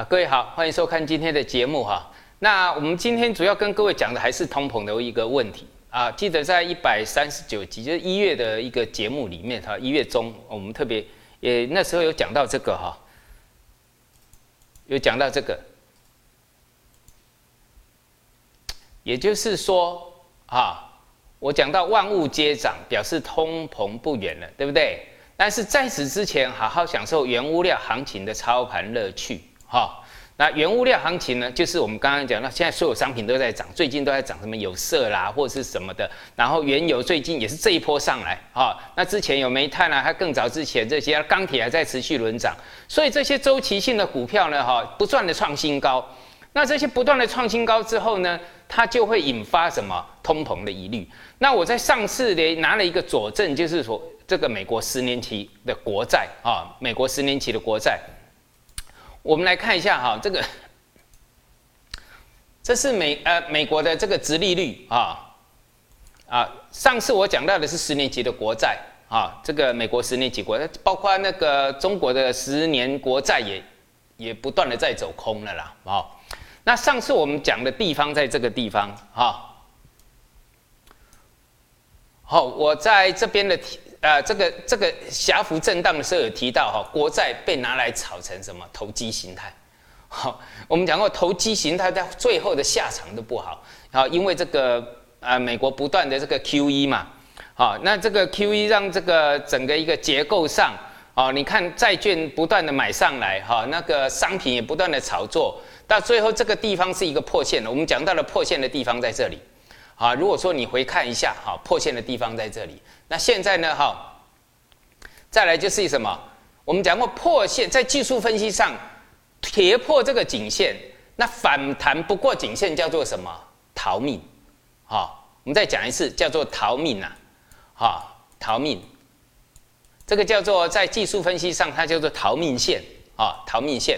各位好，欢迎收看今天的节目哈。那我们今天主要跟各位讲的还是通膨的一个问题啊。记得在139集，就是1月的一个节目里面哈，1月中我们特别那时候有讲到这个哈，有讲到这个，也就是说我讲到万物皆涨，表示通膨不远了，对不对？但是在此之前，好好享受原物料行情的操盘乐趣。那原物料行情呢，就是我们刚刚讲到，现在所有商品都在涨，最近都在涨什么有色啦，或者是什么的。然后原油最近也是这一波上来那之前有煤炭啊，它更早之前这些钢铁还在持续轮涨，所以这些周期性的股票呢，不断的创新高。那这些不断的创新高之后呢，它就会引发什么通膨的疑虑。那我在上次拿了一个佐证，就是说这个美国10年期的国债美国10年期的国债。我们来看一下这是美国的这个殖利率上次我讲到的是10年期的国债这个美国10年期国债，包括那个中国的10年国债也不断的在走空了啦那上次我们讲的地方在这个地方我在这边的这个狭幅震荡的时候有提到国债被拿来炒成什么投机形态。我们讲过投机形态在最后的下场都不好因为这个美国不断的这个 QE 嘛那这个 QE 让这个整个一个结构上你看债券不断的买上来那个商品也不断的炒作，到最后这个地方是一个破线了。我们讲到了破线的地方在这里如果说你回看一下破线的地方在这里，那现在呢再来就是什么？我们讲过破线在技术分析上跌破这个颈线，那反弹不过颈线叫做什么？逃命我们再讲一次，叫做逃命逃命，这个叫做在技术分析上它叫做逃命线逃命线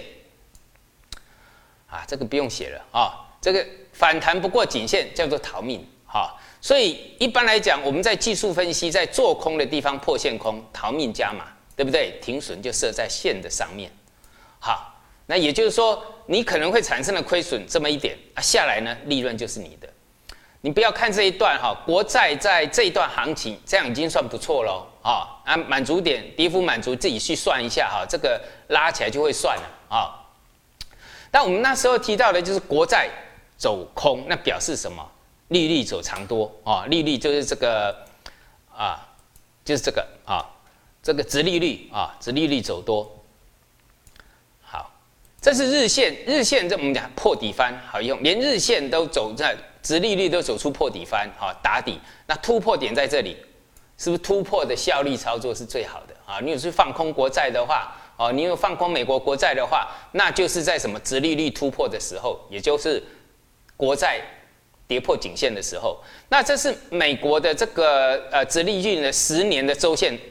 这个不用写了这个反弹不过颈线叫做逃命所以一般来讲，我们在技术分析在做空的地方破线空，逃命加码，对不对？停损就设在线的上面那也就是说你可能会产生的亏损这么一点下来呢利润就是你的。你不要看这一段国债在这一段行情这样已经算不错咯满足点跌幅满足自己去算一下这个拉起来就会算了但我们那时候提到的就是国债走空，那表示什么？利率走长多利率就是这个就是这个这个殖利率殖利率走多。好，这是日线，日线这我们讲破底翻好用，连日线都走在殖利率都走出破底翻打底，那突破点在这里，是不是突破的效率操作是最好的你有去放空国债的话你有放空美国国债的话，那就是在什么殖利率突破的时候，也就是国债跌破颈线的时候。那这是美国的这个殖利率的10年的周线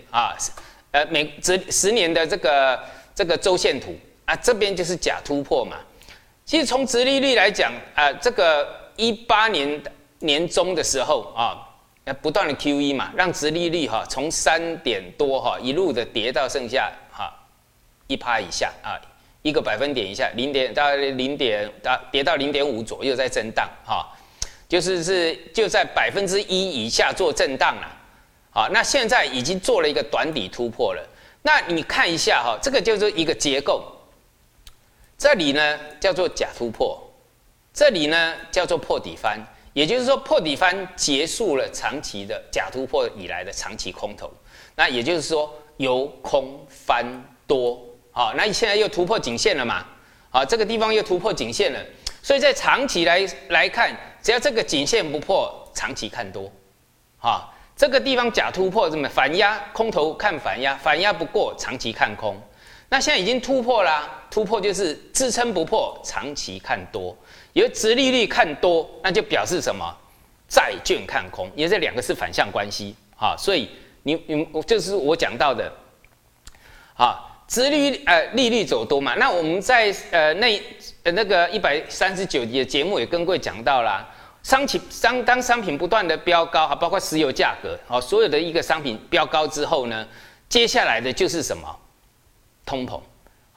10年的这个周线图这边就是假突破嘛。其实从殖利率来讲这个18年年中的时候不断的 QE 嘛，让殖利率从3点多一路的跌到剩下1%以下1个百分点以下大概跌到0.5左右在震荡就在1%以下做震荡了那现在已经做了一个短底突破了。那你看一下这个就是一个结构，这里呢叫做假突破，这里呢叫做破底翻，也就是说破底翻结束了长期的假突破以来的长期空头，那也就是说由空翻多那现在又突破颈线了嘛这个地方又突破颈线了，所以在长期来看，只要这个颈线不破，长期看多这个地方假突破怎么反压，空头看反压，反压不过，长期看空。那现在已经突破啦，突破就是支撑不破，长期看多。有殖利率看多，那就表示什么？债券看空，因为这两个是反向关系所以你就是我讲到的殖利率走多嘛。那我们在那个139集的节目也跟各位讲到啦，当商品不断的飙高包括石油价格所有的一个商品飙高之后呢，接下来的就是什么？通膨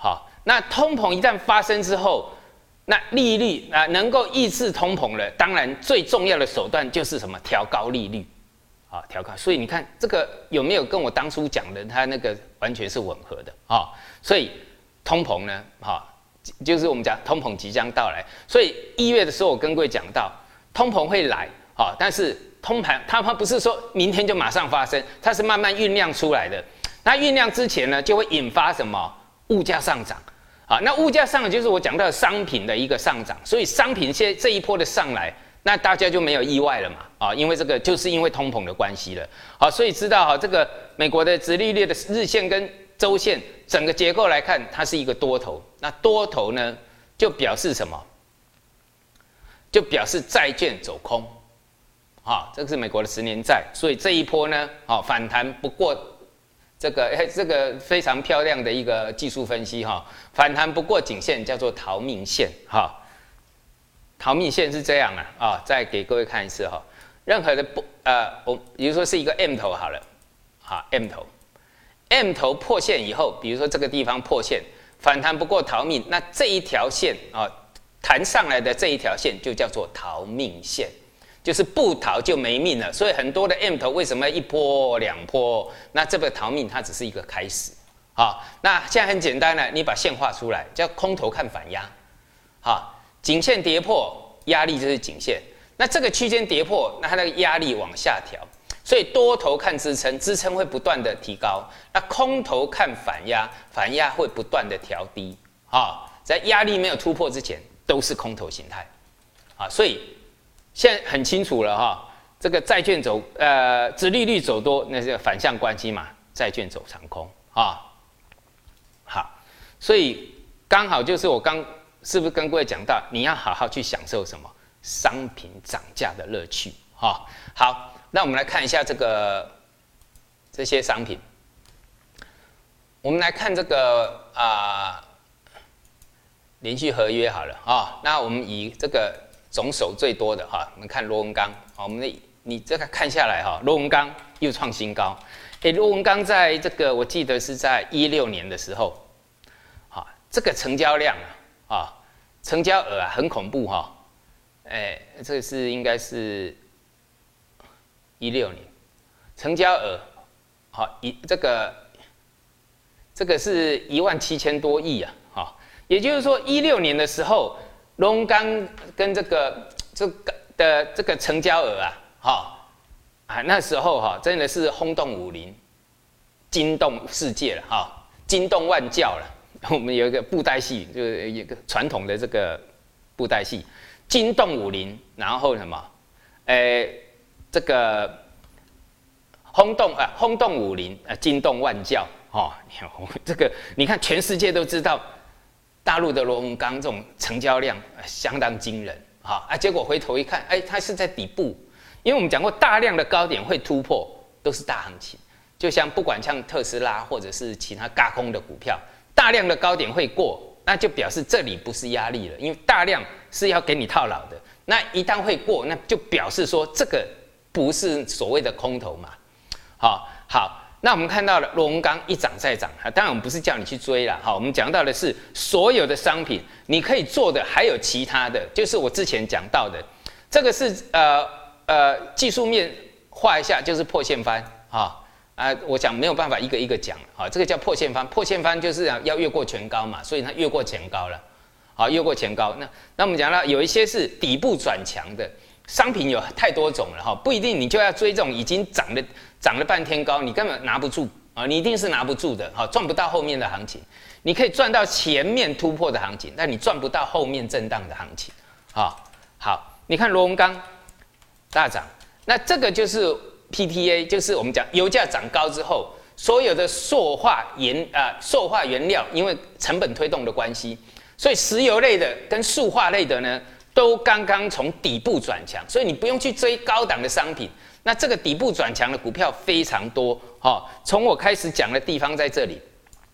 那通膨一旦发生之后，那利率能够抑制通膨了，当然最重要的手段就是什么？调高利率，调高。所以你看这个有没有跟我当初讲的，它那个完全是吻合的所以通膨呢，就是我们讲通膨即将到来。所以1月的时候，我跟各位讲到，通膨会来但是通膨它不是说明天就马上发生，它是慢慢酝酿出来的。那酝酿之前呢，就会引发什么？物价上涨。那物价上涨就是我讲到的商品的一个上涨，所以商品这一波的上来，那大家就没有意外了嘛，因为这个就是因为通膨的关系了，所以知道这个美国的殖利率的日线跟周线整个结构来看，它是一个多头，那多头呢就表示什么？就表示债券走空，这个是美国的10年债，所以这一波呢，反弹不过。这个非常漂亮的一个技术分析反弹不过颈线叫做逃命线逃命线是这样再给各位看一次任何的比如说是一个 M 头好了M 头破线以后，比如说这个地方破线反弹不过逃命，那这一条线弹上来的这一条线就叫做逃命线。就是不逃就没命了，所以很多的 M 头为什么1波2波？那这个逃命它只是一个开始，那现在很简单了，你把线画出来，叫空头看反压，颈线跌破，压力就是颈线，那这个区间跌破，那它那个压力往下调，所以多头看支撑，支撑会不断的提高，那空头看反压，反压会不断的调低，在压力没有突破之前，都是空头形态，所以。现在很清楚了这个债券殖利率走多，那是反向关系嘛，债券走长空好，所以刚好就是我是不是跟各位讲到，你要好好去享受什么商品涨价的乐趣好，那我们来看一下这些商品，我们来看这个连续合约好了那我们以这个。总手最多的我们看螺纹钢你这个看下来螺纹钢又创新高，螺纹钢在这个我记得是在16年的时候，这个成交量成交额很恐怖这个是应该是16年成交额这个是17000多亿也就是说16年的时候。螺纹钢跟这个成交额那时候真的是轰动武林，惊动世界了惊动万教了。我们有一个布袋戏，就是一个传统的这个布袋戏，惊动武林，然后什么？这个轰动武林，惊动万教这个你看全世界都知道。大陆的螺纹钢这种成交量相当惊人结果回头一看，它是在底部，因为我们讲过大量的高点会突破，都是大行情，就像不管像特斯拉或者是其他轧空的股票，大量的高点会过，那就表示这里不是压力了，因为大量是要给你套牢的，那一旦会过，那就表示说这个不是所谓的空头嘛，好。那我们看到了螺纹钢一涨再涨当然我们不是叫你去追啦我们讲到的是所有的商品你可以做的还有其他的，就是我之前讲到的，这个是技术面画一下就是破线翻我想没有办法一个一个讲这个叫破线翻，破线翻就是要越过前高嘛，所以它越过前高了越过前高，那我们讲到有一些是底部转强的商品有太多种了不一定你就要追这种已经涨了半天高，你根本拿不住你一定是拿不住的赚不到后面的行情。你可以赚到前面突破的行情，但你赚不到后面震荡的行情好，你看螺纹钢大涨，那这个就是 PTA， 就是我们讲油价涨高之后，所有的塑化原料因为成本推动的关系，所以石油类的跟塑化类的呢都刚刚从底部转强，所以你不用去追高档的商品。那这个底部转强的股票非常多从我开始讲的地方在这里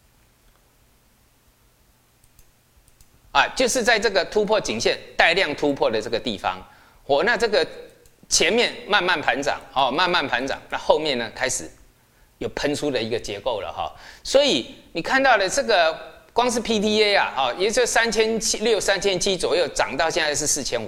就是在这个突破颈线带量突破的这个地方那这个前面慢慢盘涨慢慢盘涨，那后面呢开始有喷出的一个结构了所以你看到的这个光是 PTA 啊，也就3600、3700左右，涨到现在是4500，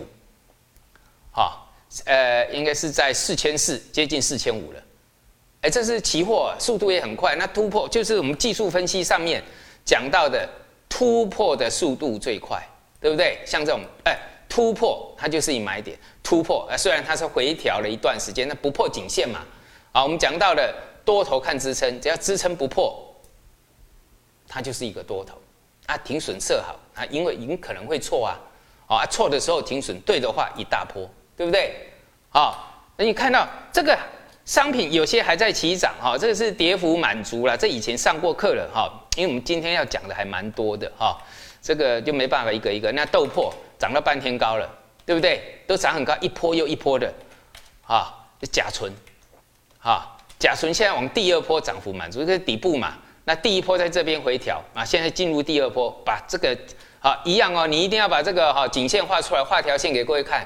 应该是在4400，接近4500了。这是期货，速度也很快。那突破就是我们技术分析上面讲到的突破的速度最快，对不对？像这种突破，它就是一买点。突破，虽然它是回调了一段时间，那不破颈线嘛。我们讲到的多头看支撑，只要支撑不破，它就是一个多头。停损设好因为可能会错错的时候停损，对的话一大波，对不对？那你看到这个商品有些还在起涨这个是跌幅满足了，这以前上过课了因为我们今天要讲的还蛮多的这个就没办法一个一个。那豆粕涨到半天高了，对不对？都涨很高，一波又一波的甲醇甲醇现在往第二波涨幅满足，这是底部嘛。那第一波在这边回调现在进入第二波，把这个一样你一定要把这个颈线画出来，画条线给各位看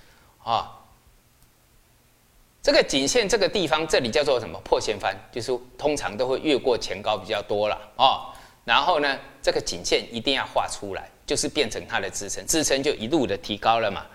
这个颈线这个地方，这里叫做什么？破线翻，就是通常都会越过前高比较多了然后呢，这个颈线一定要画出来，就是变成它的支撑，支撑就一路的提高了嘛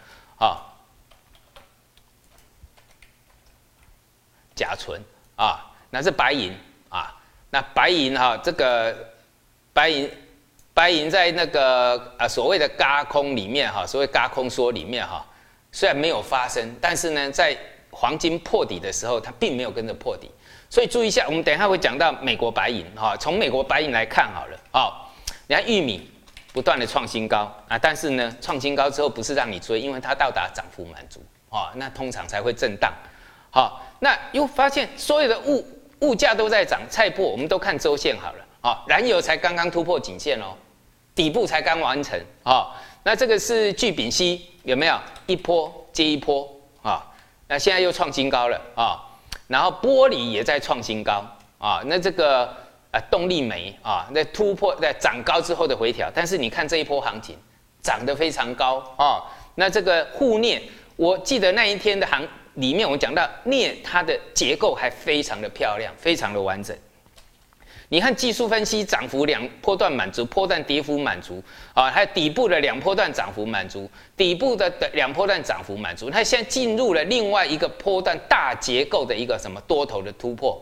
甲醇那是白银那白银这个白银在那个所谓的轧空里面所谓轧空说里面虽然没有发生，但是呢，在黄金破底的时候，它并没有跟着破底，所以注意一下，我们等一下会讲到美国白银从美国白银来看好了你看玉米不断的创新高但是呢，创新高之后不是让你追，因为它到达涨幅满足那通常才会震荡那又发现所有的物价都在涨，菜粕我们都看周线好了燃油才刚刚突破颈线底部才刚完成那这个是聚丙烯有没有一波接一波那现在又创新高了然后玻璃也在创新高那这个动力煤那突破在涨高之后的回调，但是你看这一波行情涨得非常高那这个沪镍，我记得那一天的里面我讲到镍它的结构还非常的漂亮，非常的完整。你看技术分析，涨幅两波段满足，波段跌幅满足还有底部的两波段涨幅满足，底部的两波段涨幅满足，它现在进入了另外一个波段大结构的一个什么多头的突破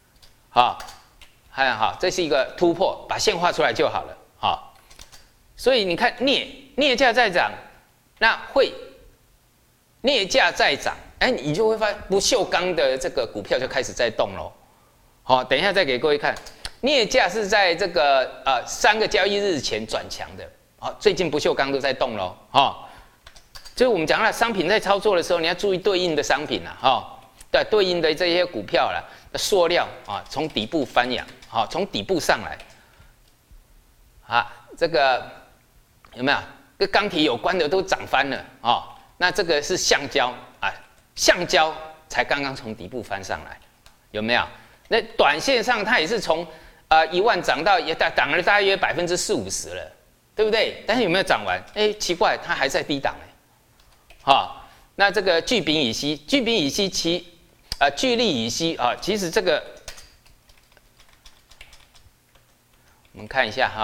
这是一个突破，把线画出来就好了所以你看镍价在涨，那镍价在涨你就会发现不锈钢的这个股票就开始在动咯等一下再给各位看，镍价是在这个3个交易日前转强的最近不锈钢都在动咯就是我们讲了商品在操作的时候，你要注意对应的商品对对应的这些股票啦，塑料从底部翻扬从底部上来这个有没有跟钢铁有关的都涨翻了那这个是橡胶橡胶才刚刚从底部翻上来，有没有？那短线上它也是从1万涨到也涨了大约40-50%了，对不对？但是有没有涨完？奇怪，它还在低档那这个聚丙乙烯聚力乙烯其实这个我们看一下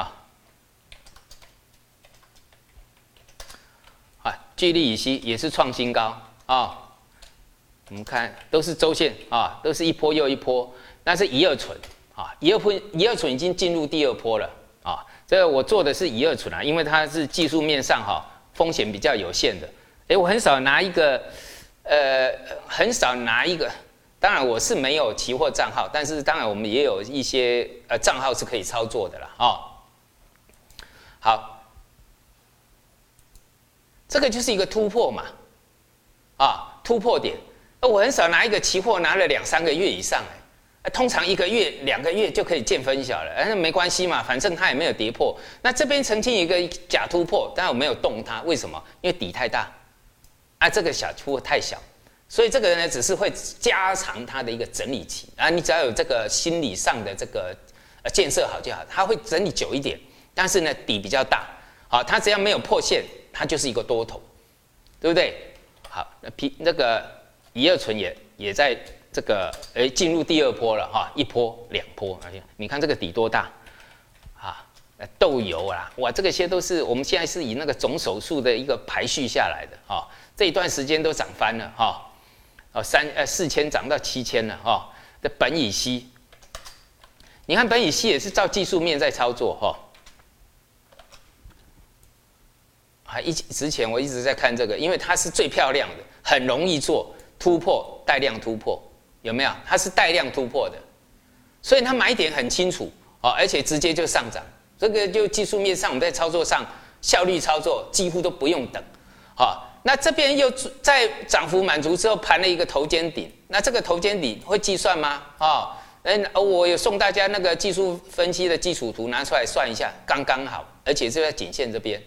聚力乙烯也是创新高我们看都是周线都是一波又一波。那是乙二醇乙二醇已经进入第二波了这个我做的是乙二醇因为它是技术面上风险比较有限的。我很少拿一个当然我是没有期货账号，但是当然我们也有一些账号是可以操作的啦好，这个就是一个突破嘛突破点。我很少拿一个期货拿了2-3个月以上通常1个月2个月就可以见分晓了那没关系嘛，反正它也没有跌破。那这边曾经有一个假突破，但我没有动它，为什么？因为底太大这个小突破太小，所以这个呢只是会加长它的一个整理期你只要有这个心理上的这个建设好就好，它会整理久一点，但是呢底比较大它只要没有破线，它就是一个多头，对不对？好，那个乙二醇也在这个进入第二波了一波2波，你看这个底多大豆油啦，哇，这个些都是我们现在是以那个总手数的一个排序下来的哈、这一段时间都涨翻了哈、4000涨到7000了哈、的苯乙烯，你看苯乙烯也是照技术面在操作哈、之前我一直在看这个，因为它是最漂亮的，很容易做突破带量突破，有没有？它是带量突破的，所以它买点很清楚而且直接就上涨。这个就技术面上我们在操作上效率操作几乎都不用等，那这边又在涨幅满足之后盘了一个头肩顶，那这个头肩顶会计算吗？我有送大家那个技术分析的基础图拿出来算一下，刚刚好，而且就在颈线这边，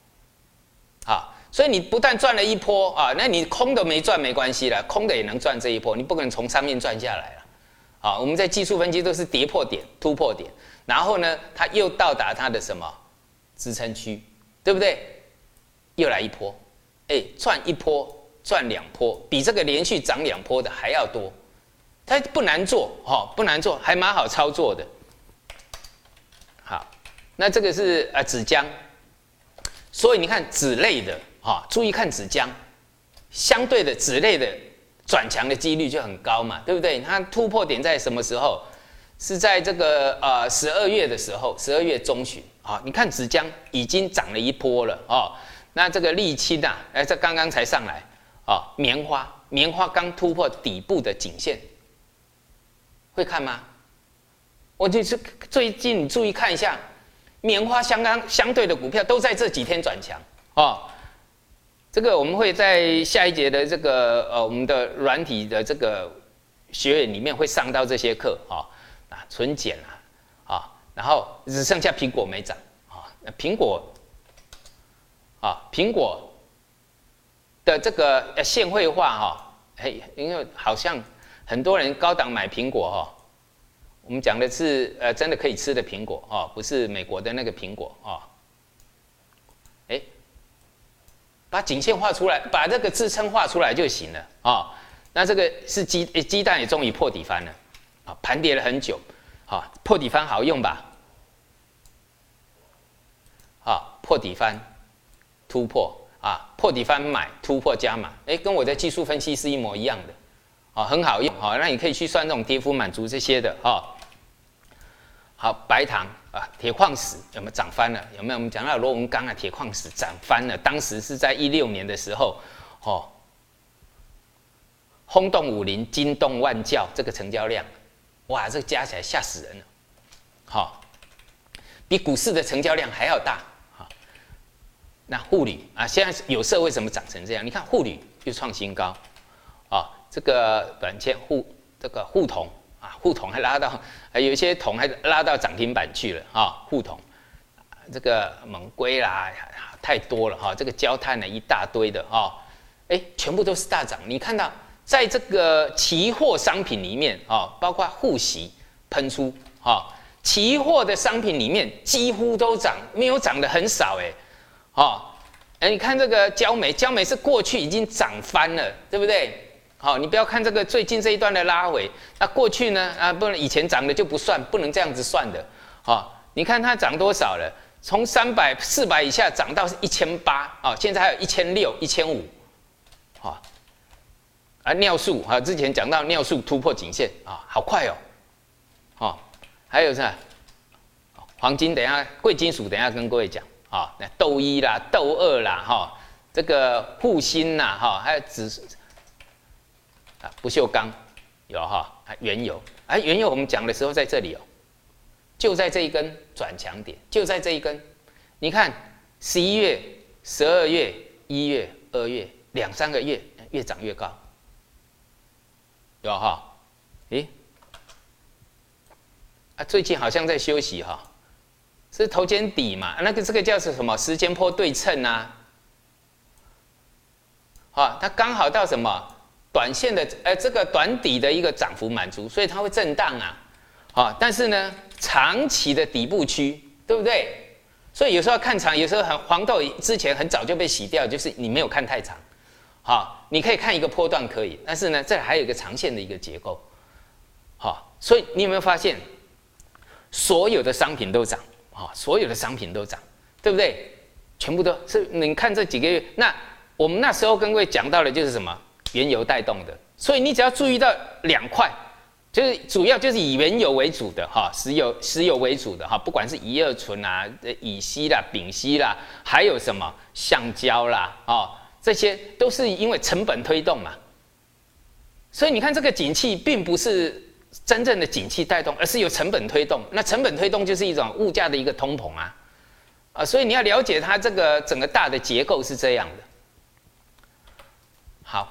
所以你不但赚了一波那你空的没赚没关系了，空的也能赚这一波，你不可能从上面赚下来了，我们在技术分析都是跌破点、突破点，然后呢，它又到达它的什么支撑区，对不对？又来一波，赚一波、赚两波，比这个连续涨2波的还要多。它不难做，不难做，还蛮好操作的。好，那这个是纸浆，所以你看纸类的注意看纸浆，相对的纸类的转强的几率就很高嘛，对不对？它突破点在什么时候？是在这个12月的时候，12月中旬你看纸浆已经涨了一波了那这个沥青这刚刚才上来棉花刚突破底部的颈线，会看吗？我就是最近你注意看一下，棉花相对的股票都在这几天转强这个我们会在下一节的这个我们的软体的这个学员里面会上到这些课纯碱然后只剩下苹果没涨苹果的这个现汇化因为好像很多人高档买苹果我们讲的是真的可以吃的苹果不是美国的那个苹果把颈线画出来，把这个支撑画出来就行了那这个是鸡蛋也终于破底翻了盘跌了很久破底翻好用吧破底翻突破破底翻买突破加码跟我的技术分析是一模一样的很好用那你可以去算这种跌幅满足这些的好，白糖铁矿石有没有涨翻了？有没有？我们讲到螺纹钢铁矿石涨翻了，当时是在16年的时候轰动武林，惊动万教，这个成交量，哇，这个加起来吓死人了，比股市的成交量还要大那沪铝现在有色为什么涨成这样？你看沪铝又创新高这个短线这个沪铜沪铜还拉到，有一些铜还拉到涨停板去了沪铜，这个锰硅啦太多了这个焦炭呢一大堆的全部都是大涨。你看到在这个期货商品里面包括沪锡喷出期货的商品里面几乎都涨，没有涨的很少你看这个焦煤是过去已经涨翻了，对不对？你不要看这个最近这一段的拉回，那过去呢不能以前涨的就不算，不能这样子算的你看它涨多少了？从300、400以下涨到1800现在还有1600、1500尿素之前讲到尿素突破颈线好快还有啥？黄金等一下，贵金属等一下跟各位讲那豆一啦、豆二啦这个沪锌啦还有不锈钢有原油原油我们讲的时候在这里就在这一根转强点，就在这一根。你看11月、12月、1月、2月2-3个月越涨越高，有最近好像在休息是头肩底嘛？这个叫什么时间波对称它刚好到什么？短线的这个短底的一个涨幅满足，所以它会震荡但是呢，长期的底部区，对不对？所以有时候要看长，有时候黄豆之前很早就被洗掉，就是你没有看太长，你可以看一个波段可以，但是呢，这还有一个长线的一个结构，所以你有没有发现，所有的商品都涨所有的商品都涨，对不对？全部都是，你看这几个月，那我们那时候跟各位讲到的就是什么？原油带动的，所以你只要注意到2块，就是主要就是以原油为主的石油为主的不管是乙二醇啦、乙烯啦、丙烯啦，还有什么橡胶啦，这些都是因为成本推动嘛。所以你看这个景气并不是真正的景气带动，而是由成本推动。那成本推动就是一种物价的一个通膨所以你要了解它这个整个大的结构是这样的。好，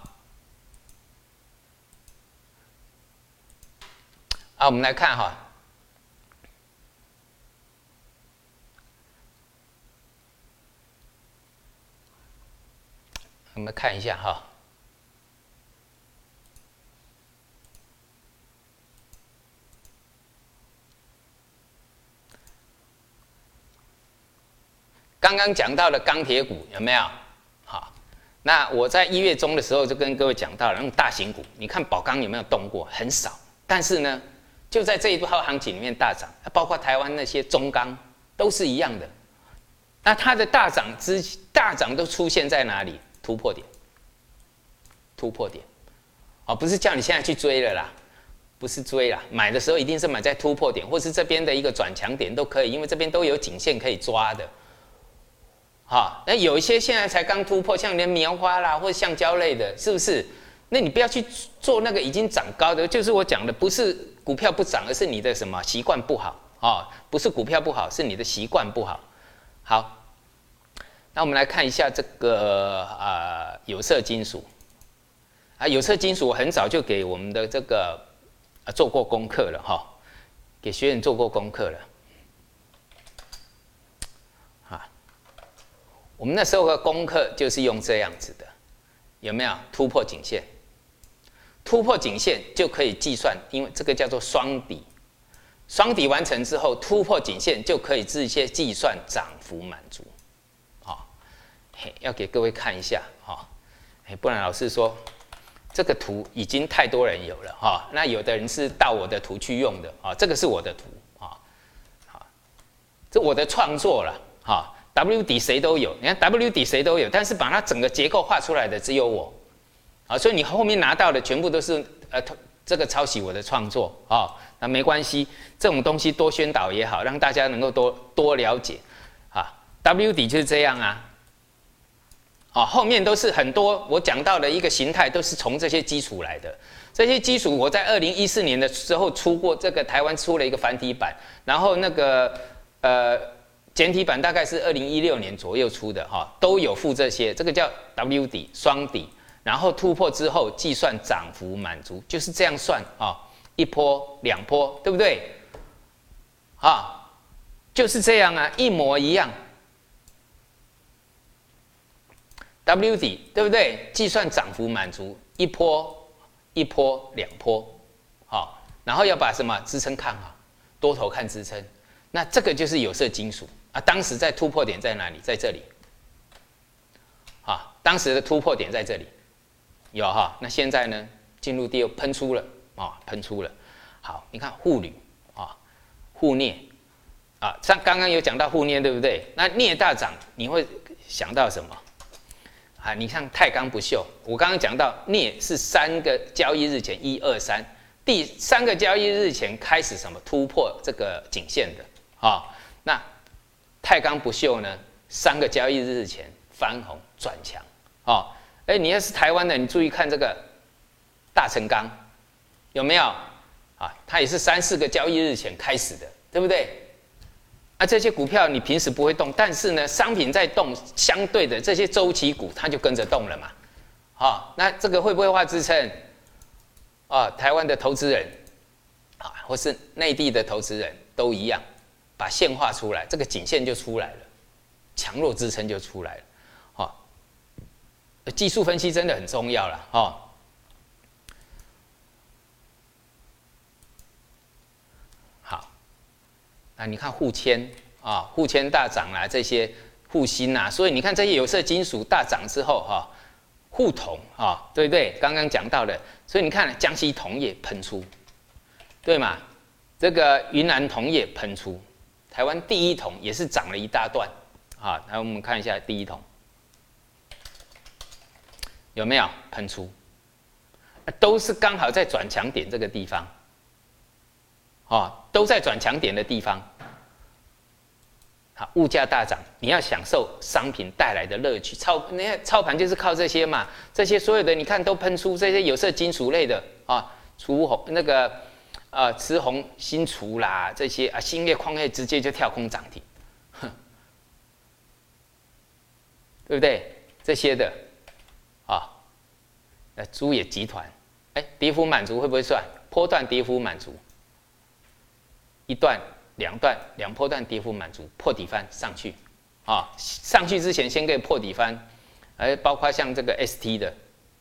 我们来看我们看一下刚刚讲到的钢铁股有没有？好，那我在1月中的时候就跟各位讲到了那种大型股，你看宝钢有没有动过？很少，但是呢，就在这一波行情里面大涨，包括台湾那些中钢都是一样的。那它的大涨都出现在哪里？突破点，不是叫你现在去追了啦，不是追啦，买的时候一定是买在突破点，或是这边的一个转强点都可以，因为这边都有颈线可以抓的。那有一些现在才刚突破，像连棉花啦或者橡胶类的，是不是？那你不要去做那个已经涨高的，就是我讲的，不是股票不涨，而是你的什么习惯不好不是股票不好，是你的习惯不好。好，那我们来看一下这个有色金属有色金属我很早就给我们的这个做过功课了给学员做过功课了。我们那时候的功课就是用这样子的，有没有突破颈线？突破颈线就可以计算，因为这个叫做双底，双底完成之后，突破颈线就可以直接计算涨幅满足。要给各位看一下不然老师说这个图已经太多人有了那有的人是盗我的图去用的这个是我的图这我的创作了W 底谁都有，你看 W 底谁都有，但是把它整个结构画出来的只有我，所以你后面拿到的全部都是这个抄袭我的创作那没关系，这种东西多宣导也好，让大家能够多了解W 底就是这样后面都是很多我讲到的一个形态，都是从这些基础来的。这些基础我在2014年的时候出过，这个台湾出了一个繁体版，然后那个简体版大概是2016年左右出的都有附这些，这个叫 W 底双底，然后突破之后计算涨幅满足，就是这样算一波两波，对不对？就是这样一模一样。W 底对不对？计算涨幅满足，一波两波，然后要把什么支撑看好，多头看支撑，那这个就是有色金属当时在突破点在哪里？在这里，当时的突破点在这里，有那现在呢？进入第二喷出了喷出了。好，你看沪铝沪镍像刚刚有讲到沪镍对不对？那镍大涨，你会想到什么？你看太钢不锈，我刚刚讲到镍是3个交易日前1、2、3，第3个交易日前开始什么突破这个颈线的那太钢不锈呢？3个交易日前翻红转强你要是台湾的，你注意看这个大成钢有没有它也是3、4个交易日前开始的，对不对？这些股票你平时不会动，但是呢，商品在动，相对的这些周期股它就跟着动了嘛。那这个会不会画支撑？台湾的投资人或是内地的投资人都一样，把线画出来，这个颈线就出来了，强弱支撑就出来了。技术分析真的很重要了你看沪铅沪铅大涨啦，这些沪锌所以你看这些有色金属大涨之后沪铜对不对？刚刚讲到的，所以你看江西铜业喷出，对吗？这个云南铜业喷出， 台湾第一桶也是涨了一大段，啊，来我们看一下第一桶有没有喷出，都是刚好在转强点这个地方，都在转强点的地方。好，物价大涨，你要享受商品带来的乐趣。你看操盘就是靠这些嘛，这些所有的你看都喷出这些有色金属类的啊，除红那个雌红新除啦，这些啊兴业矿业直接就跳空涨停，对不对？这些的啊，珠野集团，跌幅满足会不会算？波段跌幅满足，一段。两波段跌幅满足，破底翻上去，上去之前先可以破底翻，包括像这个 ST 的，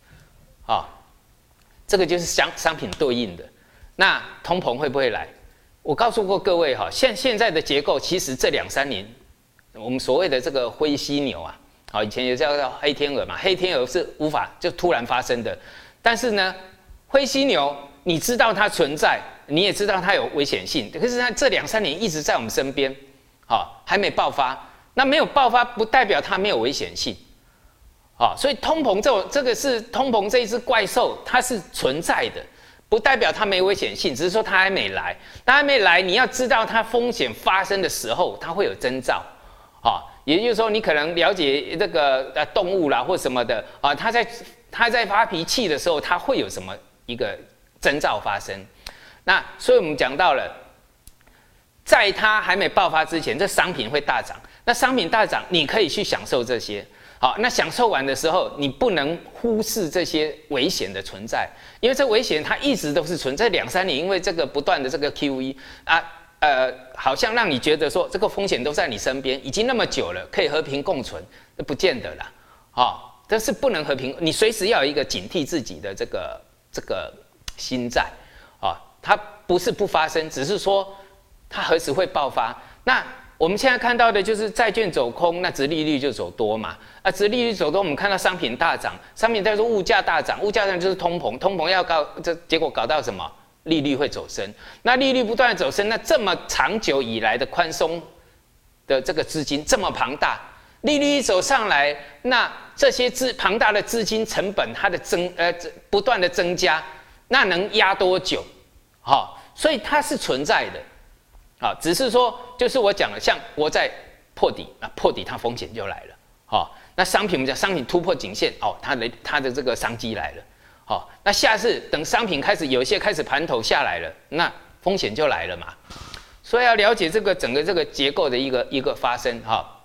这个就是商品对应的。那通膨会不会来？我告诉过各位现在的结构其实这2-3年，我们所谓的这个灰犀牛啊，以前也叫黑天鹅嘛，黑天鹅是无法就突然发生的，但是呢，灰犀牛你知道它存在。你也知道它有危险性，可是它这2-3年一直在我们身边，还没爆发。那没有爆发不代表它没有危险性，所以通膨这个是通膨这一只怪兽，它是存在的，不代表它没危险性，只是说它还没来。它还没来，你要知道它风险发生的时候，它会有征兆，也就是说你可能了解这个动物啦或什么的它在发脾气的时候，它会有什么一个征兆发生。那所以我们讲到了，在它还没爆发之前，这商品会大涨。那商品大涨，你可以去享受这些。好，那享受完的时候，你不能忽视这些危险的存在，因为这危险它一直都是存在。2-3年，因为这个不断的这个 QE 好像让你觉得说这个风险都在你身边，已经那么久了，可以和平共存，那不见得啦。这是不能和平，你随时要有一个警惕自己的这个心在。它不是不发生，只是说它何时会爆发。那我们现在看到的就是债券走空，那殖利率就走多嘛。殖利率走多，我们看到商品大涨，商品代表物价大涨，物价上就是通膨，通膨要高，这结果搞到什么？利率会走升。那利率不断的走升，那这么长久以来的宽松的这个资金这么庞大，利率一走上来，那这些庞大的资金成本它的不断的增加，那能压多久？所以它是存在的，只是说就是我讲了，像国债破底，那破底它风险就来了，那商品我们讲商品突破颈线，它的这个商机来了，那下次等商品有一些开始盘头下来了，那风险就来了嘛，所以要了解这个整个这个结构的一个发生，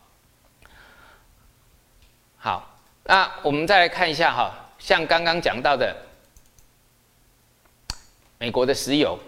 好，那我们再来看一下像刚刚讲到的。美国的石油，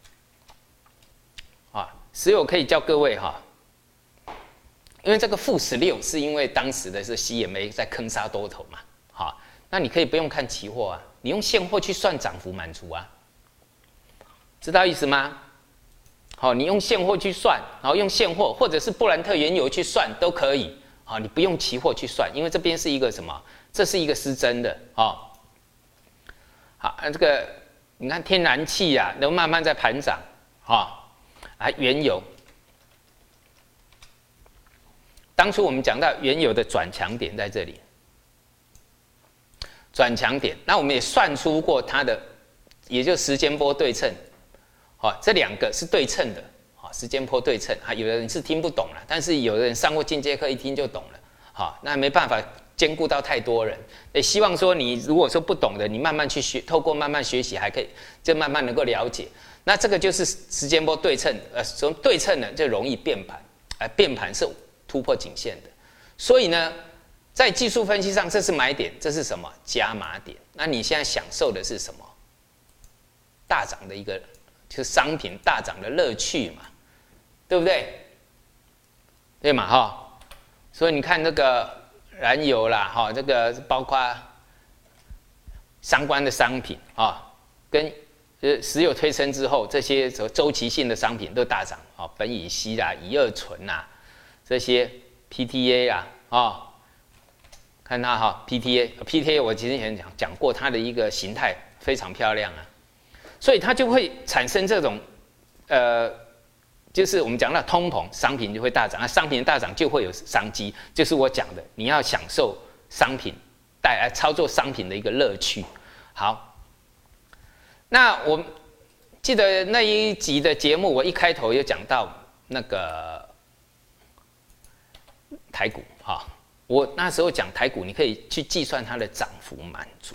石油可以教各位因为这个-16是因为当时的是 CMA 在坑杀多头嘛，那你可以不用看期货你用现货去算涨幅满足知道意思吗？你用现货去算，然后用现货或者是布兰特原油去算都可以，你不用期货去算，因为这边是一个什么？这是一个失真的好，这个。你看天然气都慢慢在盘涨，原油，当初我们讲到原油的转强点在这里，转强点，那我们也算出过它的，也就时间波对称，这2个是对称的，时间波对称，有的人是听不懂了，但是有的人上过进阶课一听就懂了，那没办法。兼顾到太多人，也希望说你如果说不懂的，你慢慢去学，透过慢慢学习，还可以就慢慢能够了解。那这个就是时间波对称，从对称呢就容易变盘，变盘是突破颈线的。所以呢，在技术分析上，这是买点，这是什么？加码点。那你现在享受的是什么？大涨的一个，就是商品大涨的乐趣嘛，对不对？对嘛所以你看这个。燃油啦，这个包括相关的商品跟石油推升之后，这些周期性的商品都大涨苯乙烯啦、乙二醇啦，这些 PTA 看它PTA 我之前讲过，它的一个形态非常漂亮所以它就会产生这种就是我们讲到通膨，商品就会大涨，那商品大涨就会有商机，就是我讲的，你要享受商品带来操作商品的一个乐趣。好，那我记得那一集的节目，我一开头有讲到那个台股哈，我那时候讲台股，你可以去计算它的涨幅满足。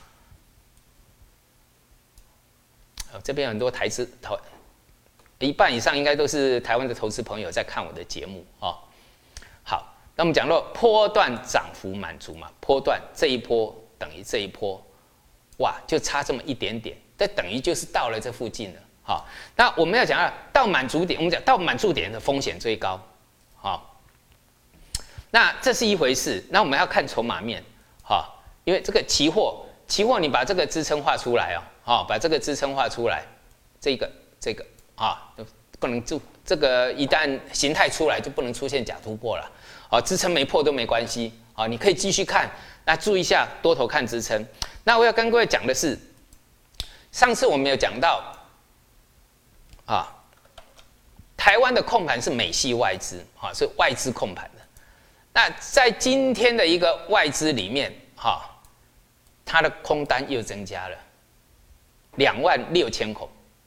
这边有很多一半以上应该都是台湾的投资朋友在看我的节目哦。好，那我们讲到波段涨幅满足嘛，波段这一波等于这一波，哇，就差这么一点点，这等于就是到了这附近了。好，那我们要讲到满足点，我们讲到满足点的风险最高，好，那这是一回事。那我们要看筹码面，好，因为这个期货你把这个支撑画出来哦。好，把这个支撑画出来，这个啊，不能这个一旦形态出来就不能出现假突破了。啊，支撑没破都没关系，啊，你可以继续看。那注意一下多头看支撑。那我要跟各位讲的是，上次我们有讲到，啊，台湾的控盘是美系外资，啊，是外资控盘的。那在今天的一个外资里面，哈，它的空单又增加了。26000口，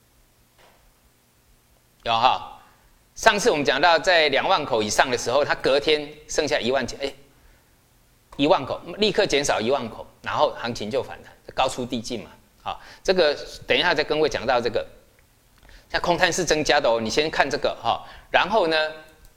有哈？上次我们讲到，在2万口以上的时候，它隔天剩下1万口，立刻减少1万口，然后行情就反弹，高出低进嘛。好，这个等一下再跟各位讲到这个，像空单是增加的哦。你先看这个哈，然后呢，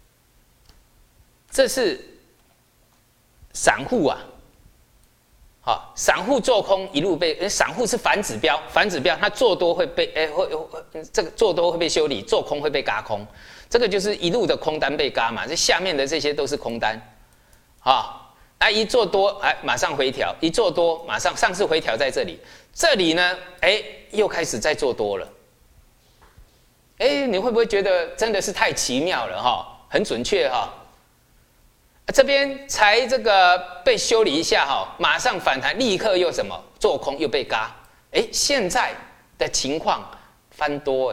这是散户啊。好，散户做空一路被，散户是反指标，它做多会被，这个做多会被修理，做空会被軋空，这个就是一路的空单被軋嘛，这下面的这些都是空单，啊，一做多，马上回调，一做多马上上次回调在这里呢，又开始在做多了，你会不会觉得真的是太奇妙了哈，很准确哈？这边才这个被修理一下哈，马上反弹，立刻又什么做空又被軋，现在的情况翻多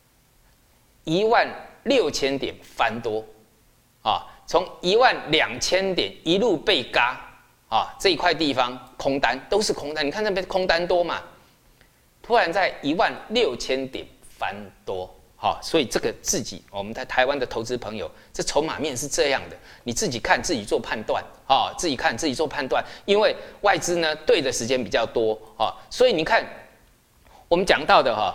16000点翻多啊，从12000点一路被軋啊，这一块地方空单都是空单，你看那边空单多嘛，突然在16000点翻多。好，所以这个自己我们在台湾的投资朋友，这筹码面是这样的，你自己看自己做判断啊，自己看自己做判断，因为外资呢对的时间比较多啊，所以你看我们讲到的哈，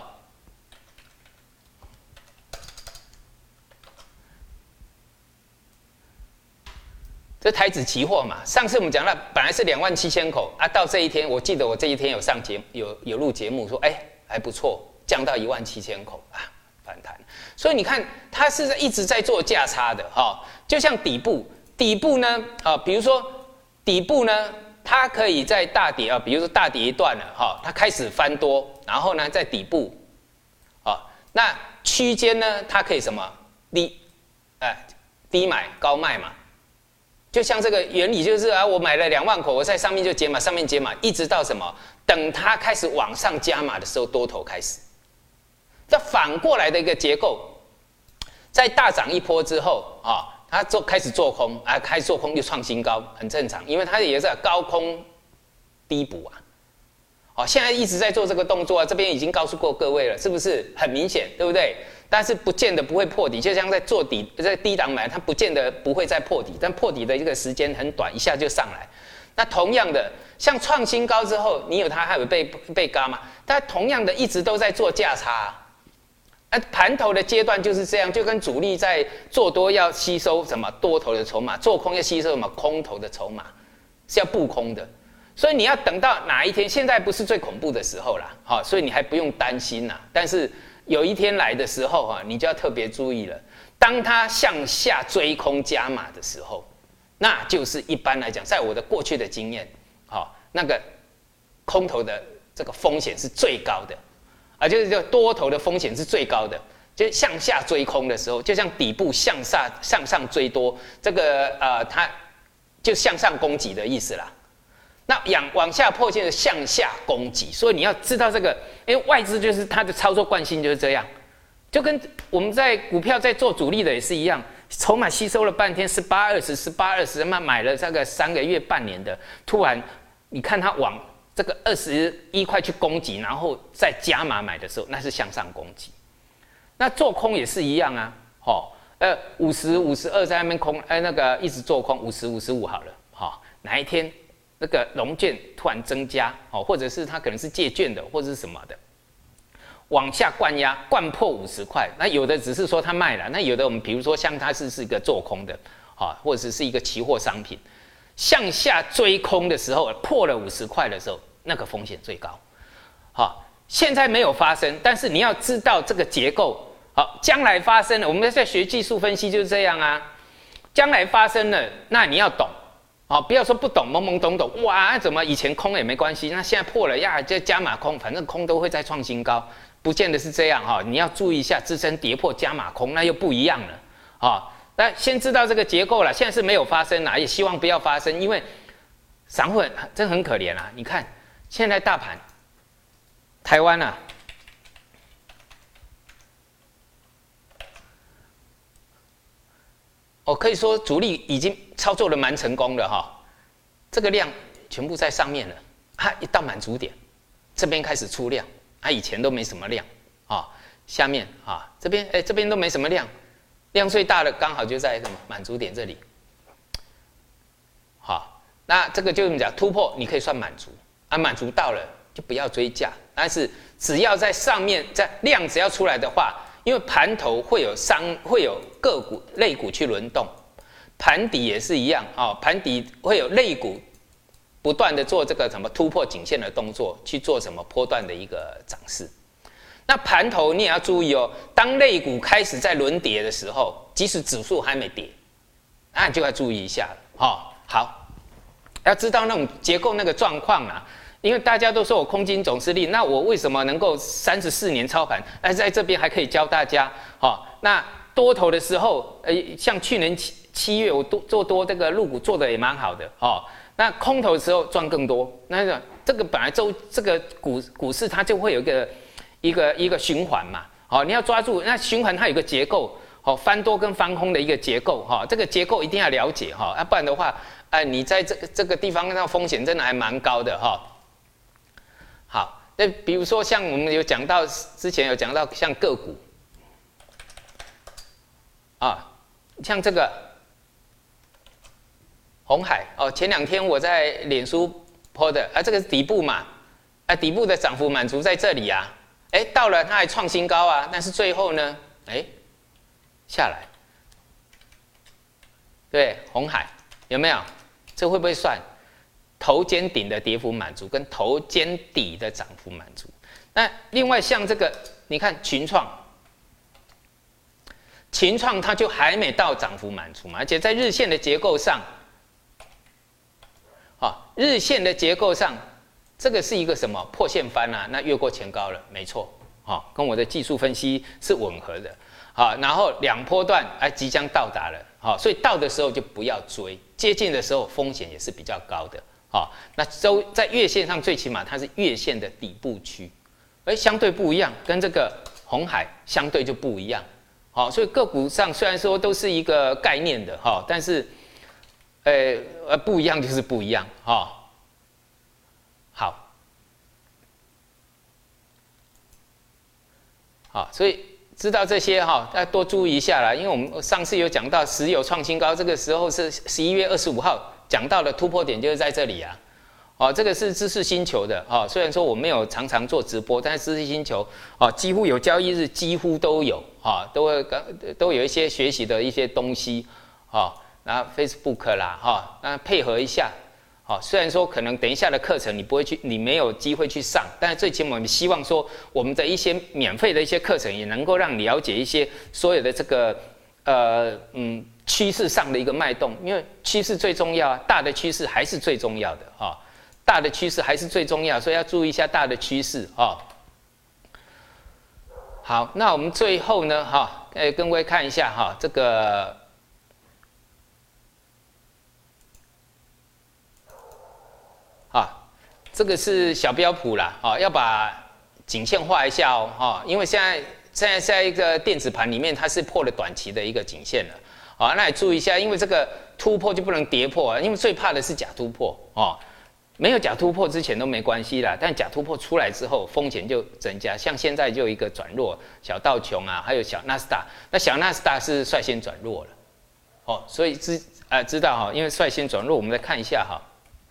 这台指期货嘛，上次我们讲到本来是27000口啊，到这一天，我记得我这一天有上节有录节目说，还不错，降到17000口啊。反弹，所以你看它是一直在做价差的哈，就像底部呢比如说底部呢，它可以在大跌比如说大跌一段了哈，它开始翻多，然后呢在底部那区间呢，它可以什么低买高卖嘛，就像这个原理就是我买了2万口，我在上面就解码，上面解码，一直到什么，等它开始往上加码的时候，多头开始。这反过来的一个结构，在大涨一波之后它开始做空开始做空就创新高，很正常，因为它也是高空低补现在一直在做这个动作这边已经告诉过各位了，是不是很明显，对不对？但是不见得不会破底，就像在做底，在低档买，它不见得不会再破底，但破底的这个时间很短，一下就上来。那同样的，像创新高之后，你有它还有被軋嘛？但同样的一直都在做价差盘头的阶段就是这样，就跟主力在做多要吸收什么多头的筹码，做空要吸收什么空头的筹码，是要布空的。所以你要等到哪一天，现在不是最恐怖的时候啦，所以你还不用担心啦。但是有一天来的时候你就要特别注意了。当它向下追空加码的时候，那就是一般来讲，在我的过去的经验，那个空头的这个风险是最高的。就是多头的风险是最高的，就是向下追空的时候，就像底部向上追多，这个它就向上攻击的意思啦。那往下破线的向下攻击，所以你要知道这个，因为外资就是它的操作惯性就是这样， 就跟我们在股票在做主力的也是一样，筹码吸收了半天18、20，买了这个3个月、半年的，突然你看它往这个21块去攻击，然后再加码买的时候，那是向上攻击。那做空也是一样啊，50、52在那边空，那个一直做空50、55好了，哪一天那个融券突然增加，或者是它可能是借券的，或者是什么的，往下灌压，灌破50块，那有的只是说它卖了，那有的我们比如说像它是一个做空的，或者是一个期货商品，向下追空的时候破了50块的时候，那个风险最高，现在没有发生，但是你要知道这个结构，将来发生了，我们在学技术分析就是这样啊，将来发生了，那你要懂，不要说不懂，懵懵懂懂，哇，怎么以前空也没关系，那现在破了呀，就加码空，反正空都会再创新高，不见得是这样你要注意一下，支撑跌破加码空，那又不一样了，那先知道这个结构了，现在是没有发生啦，也希望不要发生，因为散户真很可怜啊，你看现在大盘。台湾啊，可以说主力已经操作的蛮成功的这个量全部在上面了，一到满足点，这边开始出量，以前都没什么量下面这边都没什么量，量最大的刚好就在什么满足点这里，那这个就是讲突破，你可以算满足满足到了就不要追价。但是只要在上面，在量只要出来的话，因为盘头会有个股类股去轮动，盘底也是一样盘底会有类股不断的做这个什么突破颈线的动作，去做什么波段的一个涨势。那盘头你也要注意当类股开始在轮跌的时候，即使指数还没跌，那就要注意一下了好，要知道那种结构那个状况啊。因为大家都说我空军总司令，那我为什么能够34年操盘？在这边还可以教大家，那多头的时候，像去年7月我做多这个陆股做的也蛮好的，那空头的时候赚更多。那这个本来这个股市它就会有一个循环嘛，你要抓住那循环它有一个结构，翻多跟翻空的一个结构，这个结构一定要了解不然的话，你在这个地方那风险真的还蛮高的好，那比如说像我们有讲到，之前有讲到像个股像这个鸿海前2天我在脸书 po 的这个是底部嘛，底部的涨幅满足在这里啊，到了它还创新高啊，但是最后呢，下来，对，鸿海有没有？这会不会算？头肩顶的跌幅满足跟头肩底的涨幅满足。那另外像这个，你看群创它就还没到涨幅满足嘛，而且在日线的结构上，日线的结构上，这个是一个什么破线翻啊？那越过前高了，没错，跟我的技术分析是吻合的。然后2波段即将到达了，所以到的时候就不要追，接近的时候风险也是比较高的。那在月线上最起码它是月线的底部区，相对不一样，跟这个鸿海相对就不一样。所以个股上虽然说都是一个概念的但是不一样就是不一样好，所以知道这些大家多注意一下啦，因为我们上次有讲到石油创新高，这个时候是11月25号。讲到的突破点就是在这里啊，这个是知识星球的虽然说我没有常常做直播，但是知识星球几乎有交易日，几乎都有都有一些学习的一些东西然后 Facebook 啦那配合一下虽然说可能等一下的课程你没有机会去上，但是最起码我们希望说我们的一些免费的一些课程也能够让你了解一些所有的这个趋势上的一个脉动，因为趋势最重要大的趋势还是最重要的大的趋势还是最重要，所以要注意一下大的趋势好，那我们最后呢跟各位看一下这个这个是小标普啦要把颈线画一下因为现在现在在一个电子盘里面，它是破了短期的一个颈线了。好，那也注意一下，因为这个突破就不能跌破啊，因为最怕的是假突破哦。没有假突破之前都没关系啦，但假突破出来之后，风险就增加。像现在就有一个转弱，小道琼啊，还有小纳斯达，那小纳斯达是率先转弱了，哦，所以知道哈，因为率先转弱，我们来看一下哈。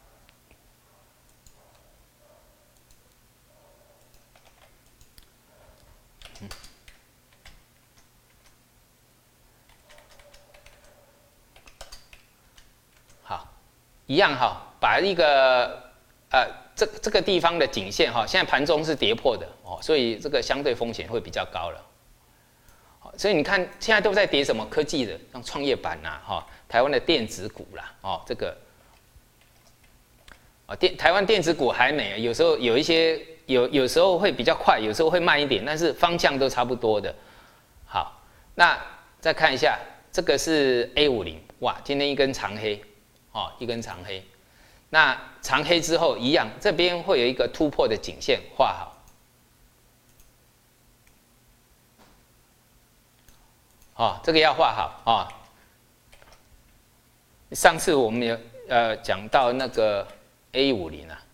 好，一样哈。把一个这个地方的颈线哈，现在盘中是跌破的哦，所以这个相对风险会比较高了。所以你看现在都在跌什么科技的，像创业板呐，哈，台湾的电子股啦，哦，这个台湾电子股还没，有时候有一些有时候会比较快，有时候会慢一点，但是方向都差不多的。好，那再看一下这个是 A50， 哇，今天一根长黑，哦，一根长黑。那长黑之后一样，这边会有一个突破的颈线画好。哦，这个要画好啊、哦。上次我们有讲到那个 A50啊，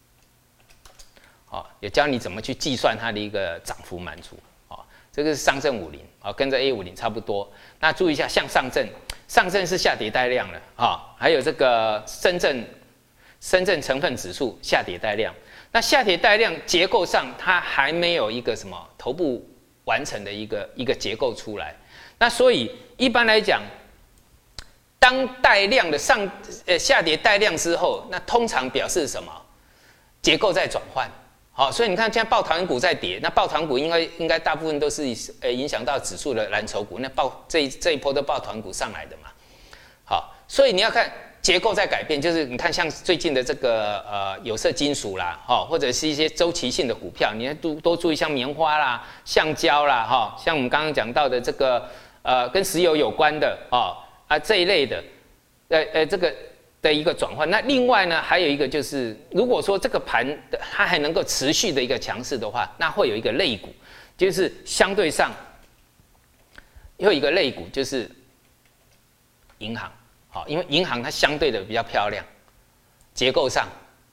哦，有教你怎么去计算它的一个涨幅满足。哦，这个是上证50，哦，跟着 A50差不多。那注意一下，像上证是下跌带量了啊、哦，还有这个深圳成分指数下跌带量，那下跌带量结构上它还没有一个什么头部完成的一个结构出来，那所以一般来讲，当带量的下跌带量之后，那通常表示什么？结构在转换。好，所以你看现在抱团股在跌，那抱团股应该大部分都是影响到指数的蓝筹股，那这一波都抱团股上来的嘛。好，所以你要看。结构在改变，就是你看像最近的这个有色金属啦，哈，或者是一些周期性的股票，你要多注意，像棉花啦、橡胶啦，哈，像我们刚刚讲到的这个跟石油有关的这一类的，这个的一个转换。那另外呢，还有一个就是，如果说这个盘它还能够持续的一个强势的话，那会有一个类股，就是相对上又有一个类股就是银行。好，因为银行它相对的比较漂亮，结构上，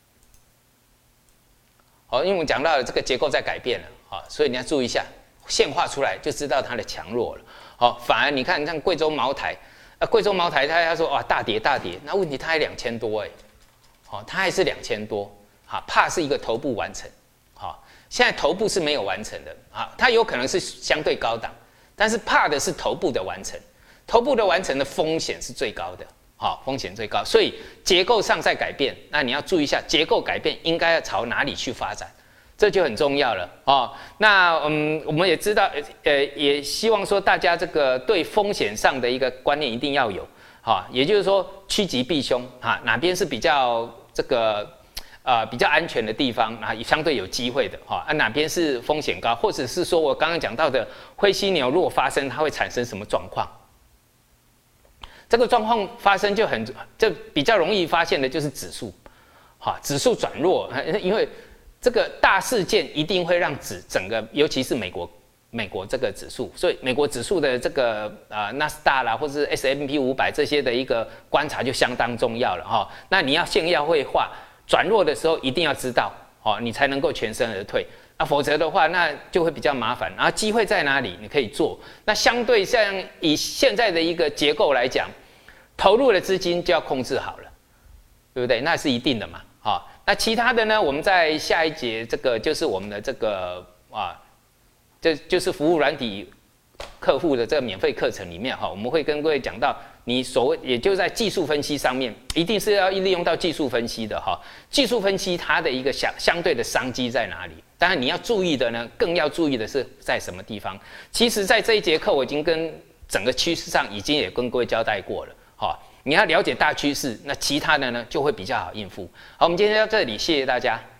好，因为我们讲到了这个结构在改变了，好，所以你要注意一下，线画出来就知道它的强弱了。好，反而你看像贵州茅台，贵州茅台他说哇大跌，那问题它还2000多哎，好，它还是2000多，好，怕是一个头部完成，好，现在头部是没有完成的，好，它有可能是相对高档，但是怕的是头部的完成。头部的完成的风险是最高的，好，风险最高，所以结构上在改变，那你要注意一下结构改变应该要朝哪里去发展，这就很重要了哦。那我们也知道，也希望说大家这个对风险上的一个观念一定要有，哈，也就是说趋吉避凶哈，哪边是比较这个比较安全的地方啊，相对有机会的哈，哪边是风险高，或者是说我刚刚讲到的灰犀牛如果发生，它会产生什么状况？这个状况发生就比较容易发现的就是指数，哈，指数转弱，因为这个大事件一定会让整个，尤其是美国这个指数，所以美国指数的这个纳斯达啦，或是 S&P500 这些的一个观察就相当重要了哈。那你要线要会画，转弱的时候一定要知道，哦，你才能够全身而退。否则的话，那就会比较麻烦。然后机会在哪里？你可以做。那相对像以现在的一个结构来讲，投入的资金就要控制好了，对不对？那是一定的嘛。好，那其他的呢？我们在下一节这个就是我们的这个这就是服务软体客户的这个免费课程里面哈，我们会跟各位讲到，你所谓也就是在技术分析上面，一定是要利用到技术分析的哈。技术分析它的一个相对的商机在哪里？当然你要注意的呢，更要注意的是在什么地方。其实，在这一节课我已经跟整个趋势上已经也跟各位交代过了哈。你要了解大趋势，那其他的呢就会比较好应付。好，我们今天到这里，谢谢大家。